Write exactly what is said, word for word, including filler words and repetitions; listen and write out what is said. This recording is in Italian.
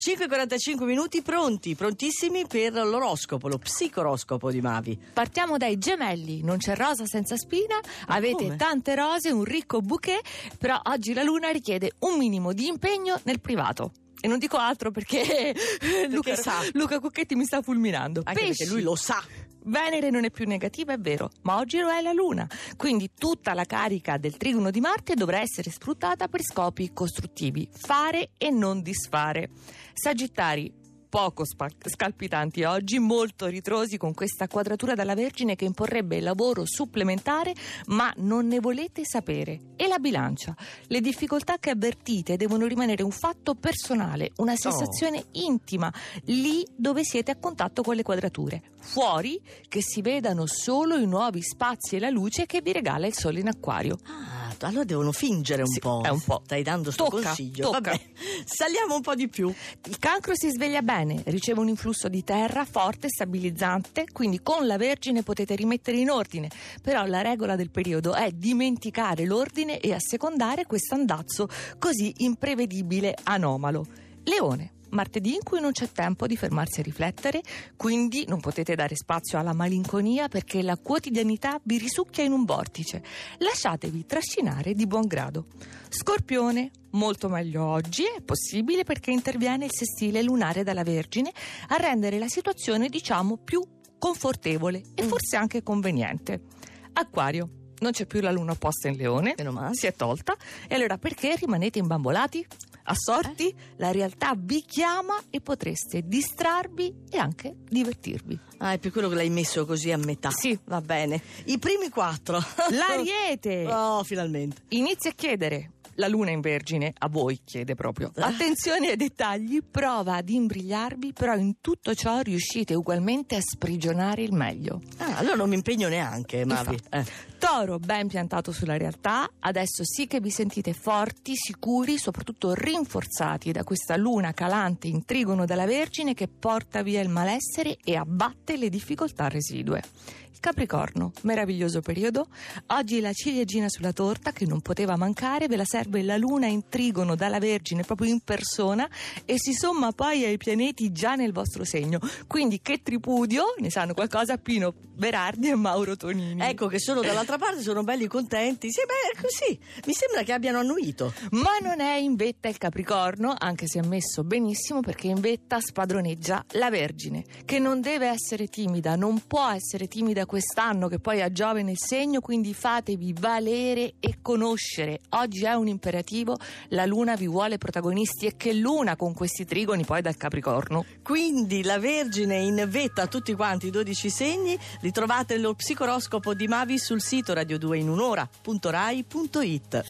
cinque e quarantacinque minuti pronti, prontissimi per l'oroscopo, lo psicoroscopo di Mavi. Partiamo dai Gemelli, non c'è rosa senza spina, Ma avete come? Tante rose, un ricco bouquet, però oggi la luna richiede un minimo di impegno nel privato. E non dico altro perché, perché Luca, sa. Luca Cucchetti mi sta fulminando. Anche Pesci. Perché lui lo sa. Venere non è più negativa, è vero, ma oggi lo è la Luna, quindi tutta la carica del trigono di Marte dovrà essere sfruttata per scopi costruttivi, fare e non disfare. Sagittari, poco scalpitanti oggi, molto ritrosi con questa quadratura dalla Vergine che imporrebbe il lavoro supplementare, ma non ne volete sapere. E la Bilancia, le difficoltà che avvertite devono rimanere un fatto personale, una sensazione oh. intima, lì dove siete a contatto con le quadrature. Fuori che si vedano solo i nuovi spazi e la luce che vi regala il Sole in Acquario. Ah, allora devono fingere un sì, po'. È un po'. Stai dando sto tocca, consiglio. Tocca. Vabbè, saliamo un po' di più. Il Cancro si sveglia bene, riceve un influsso di terra forte, stabilizzante, quindi con la Vergine potete rimettere in ordine. Però la regola del periodo è dimenticare l'ordine e assecondare questo andazzo così imprevedibile, anomalo. Leone. Martedì in cui non c'è tempo di fermarsi a riflettere, quindi non potete dare spazio alla malinconia perché la quotidianità vi risucchia in un vortice. Lasciatevi trascinare di buon grado. Scorpione, molto meglio oggi, è possibile perché interviene il sestile lunare dalla Vergine a rendere la situazione, diciamo, più confortevole e forse anche conveniente. Acquario. Non c'è più la luna opposta in Leone, si è tolta, e allora perché rimanete imbambolati? Assorti, eh? La realtà vi chiama e potreste distrarvi e anche divertirvi. Ah, è per quello che l'hai messo così a metà. Sì. Va bene. I primi quattro. L'Ariete! Oh, finalmente. Inizia a chiedere. La luna in Vergine a voi chiede proprio attenzione ai dettagli, prova ad imbrigliarvi, però in tutto ciò riuscite ugualmente a sprigionare il meglio. Ah, allora non mi impegno neanche, Mavi. Eh. Toro, ben piantato sulla realtà, adesso sì che vi sentite forti, sicuri, soprattutto rinforzati da questa luna calante in trigono dalla Vergine che porta via il malessere e abbatte le difficoltà residue. Il Capricorno, meraviglioso periodo, oggi la ciliegina sulla torta che non poteva mancare, ve la serve la luna in trigono dalla Vergine proprio in persona e si somma poi ai pianeti già nel vostro segno, quindi che tripudio, ne sanno qualcosa Pino Berardi e Mauro Tonini. Ecco che sono dall'altra parte, sono belli contenti, sì, beh, così mi sembra che abbiano annuito. Ma non è in vetta il Capricorno, anche se è messo benissimo, perché in vetta spadroneggia la Vergine, che non deve essere timida, non può essere timida quest'anno, che poi ha Giove nel segno, quindi fatevi valere e conoscere. Oggi è un imperativo, la luna vi vuole protagonisti, e che luna con questi trigoni poi dal Capricorno. Quindi la Vergine in vetta a tutti quanti i dodici segni. Ritrovate lo psicoroscopo di Mavi sul sito radio due in un'ora punto rai punto it.